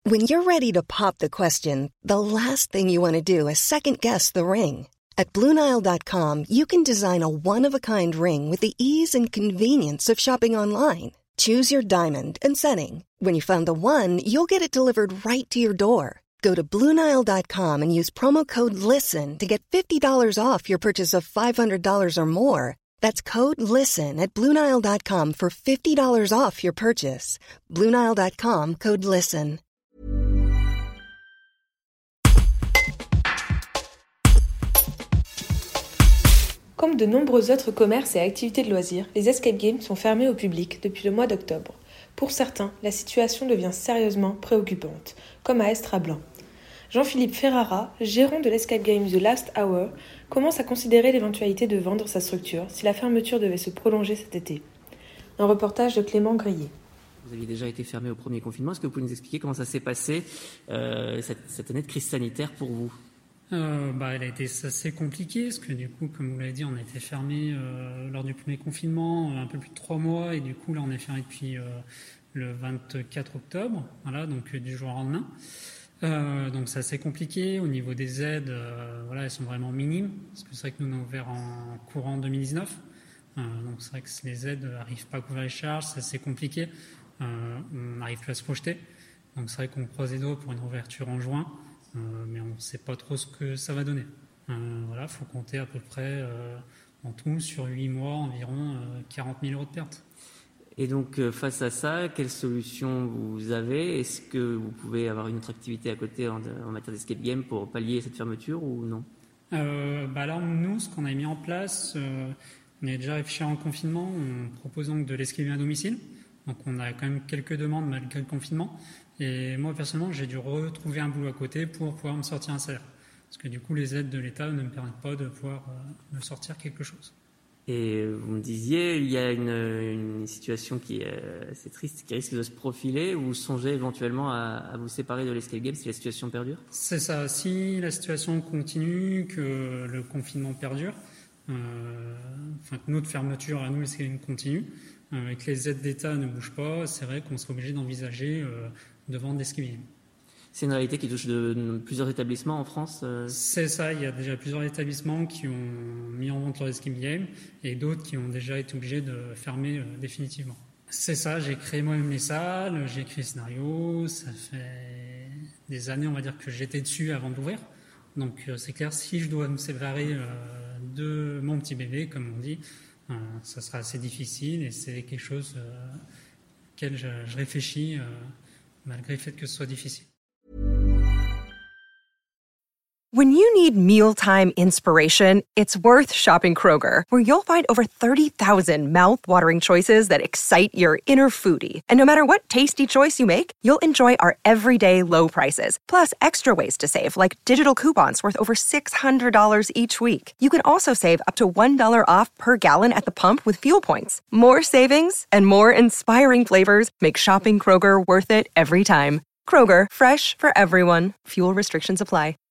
When you're ready to pop the question, the last thing you want to do is second-guess the ring. At BlueNile.com, you can design a one-of-a-kind ring with the ease and convenience of shopping online. Choose your diamond and setting. When you find the one, you'll get it delivered right to your door. Go to BlueNile.com and use promo code LISTEN to get $50 off your purchase of $500 or more. That's code LISTEN at BlueNile.com for $50 off your purchase. BlueNile.com, code LISTEN. Comme de nombreux autres commerces et activités de loisirs, les escape games sont fermés au public depuis le mois d'octobre. Pour certains, la situation devient sérieusement préoccupante, comme à Estrablan. Jean-Philippe Ferrara, gérant de l'escape game The Last Hour, commence à considérer l'éventualité de vendre sa structure si la fermeture devait se prolonger cet été. Un reportage de Clément Grillet. Vous aviez déjà été fermé au premier confinement. Est-ce que vous pouvez nous expliquer comment ça s'est passé, cette année de crise sanitaire pour vous ? Elle a été assez compliquée parce que du coup, comme vous l'avez dit, on a été fermé lors du premier confinement un peu plus de 3 mois et du coup là on est fermé depuis le 24 octobre, voilà, donc du jour au lendemain. Donc c'est assez compliqué au niveau des aides, elles sont vraiment minimes parce que c'est vrai que nous on a ouvert en courant 2019, donc c'est vrai que les aides n'arrivent pas à couvrir les charges, c'est assez compliqué, on n'arrive plus à se projeter, donc c'est vrai qu'on croise les doigts pour une ouverture en juin. Mais on ne sait pas trop ce que ça va donner. Faut compter à peu près en tout sur 8 mois environ 40 000 € de pertes. Et donc face à ça, quelle solution vous avez ? Est-ce que vous pouvez avoir une autre activité à côté en matière d'escape game pour pallier cette fermeture ou non ? Là, nous, ce qu'on a mis en place, on a déjà réfléchi en confinement en proposant de l'escape game à domicile. Donc on a quand même quelques demandes malgré le confinement. Et moi, personnellement, j'ai dû retrouver un boulot à côté pour pouvoir me sortir un salaire. Parce que du coup, les aides de l'État ne me permettent pas de pouvoir me sortir quelque chose. Et vous me disiez, il y a une situation qui est assez triste, qui risque de se profiler. Vous songez éventuellement à vous séparer de l'escape game si la situation perdure ? C'est ça. Si la situation continue, que le confinement perdure, que notre fermeture à nous, l'escape game continue, et que les aides d'État ne bougent pas, c'est vrai qu'on serait obligé d'envisager de vendre des escape games. C'est une réalité qui touche de plusieurs établissements en France C'est ça, il y a déjà plusieurs établissements qui ont mis en vente leur escape game et d'autres qui ont déjà été obligés de fermer définitivement. C'est ça, j'ai créé moi-même les salles, j'ai écrit les scénarios, ça fait des années on va dire que j'étais dessus avant d'ouvrir. Donc c'est clair, si je dois me séparer de mon petit bébé, comme on dit, ça sera assez difficile et c'est quelque chose auquel je réfléchis malgré le fait que ce soit difficile. When you need mealtime inspiration, it's worth shopping Kroger, where you'll find over 30,000 mouth-watering choices that excite your inner foodie. And no matter what tasty choice you make, you'll enjoy our everyday low prices, plus extra ways to save, like digital coupons worth over $600 each week. You can also save up to $1 off per gallon at the pump with fuel points. More savings and more inspiring flavors make shopping Kroger worth it every time. Kroger, fresh for everyone. Fuel restrictions apply.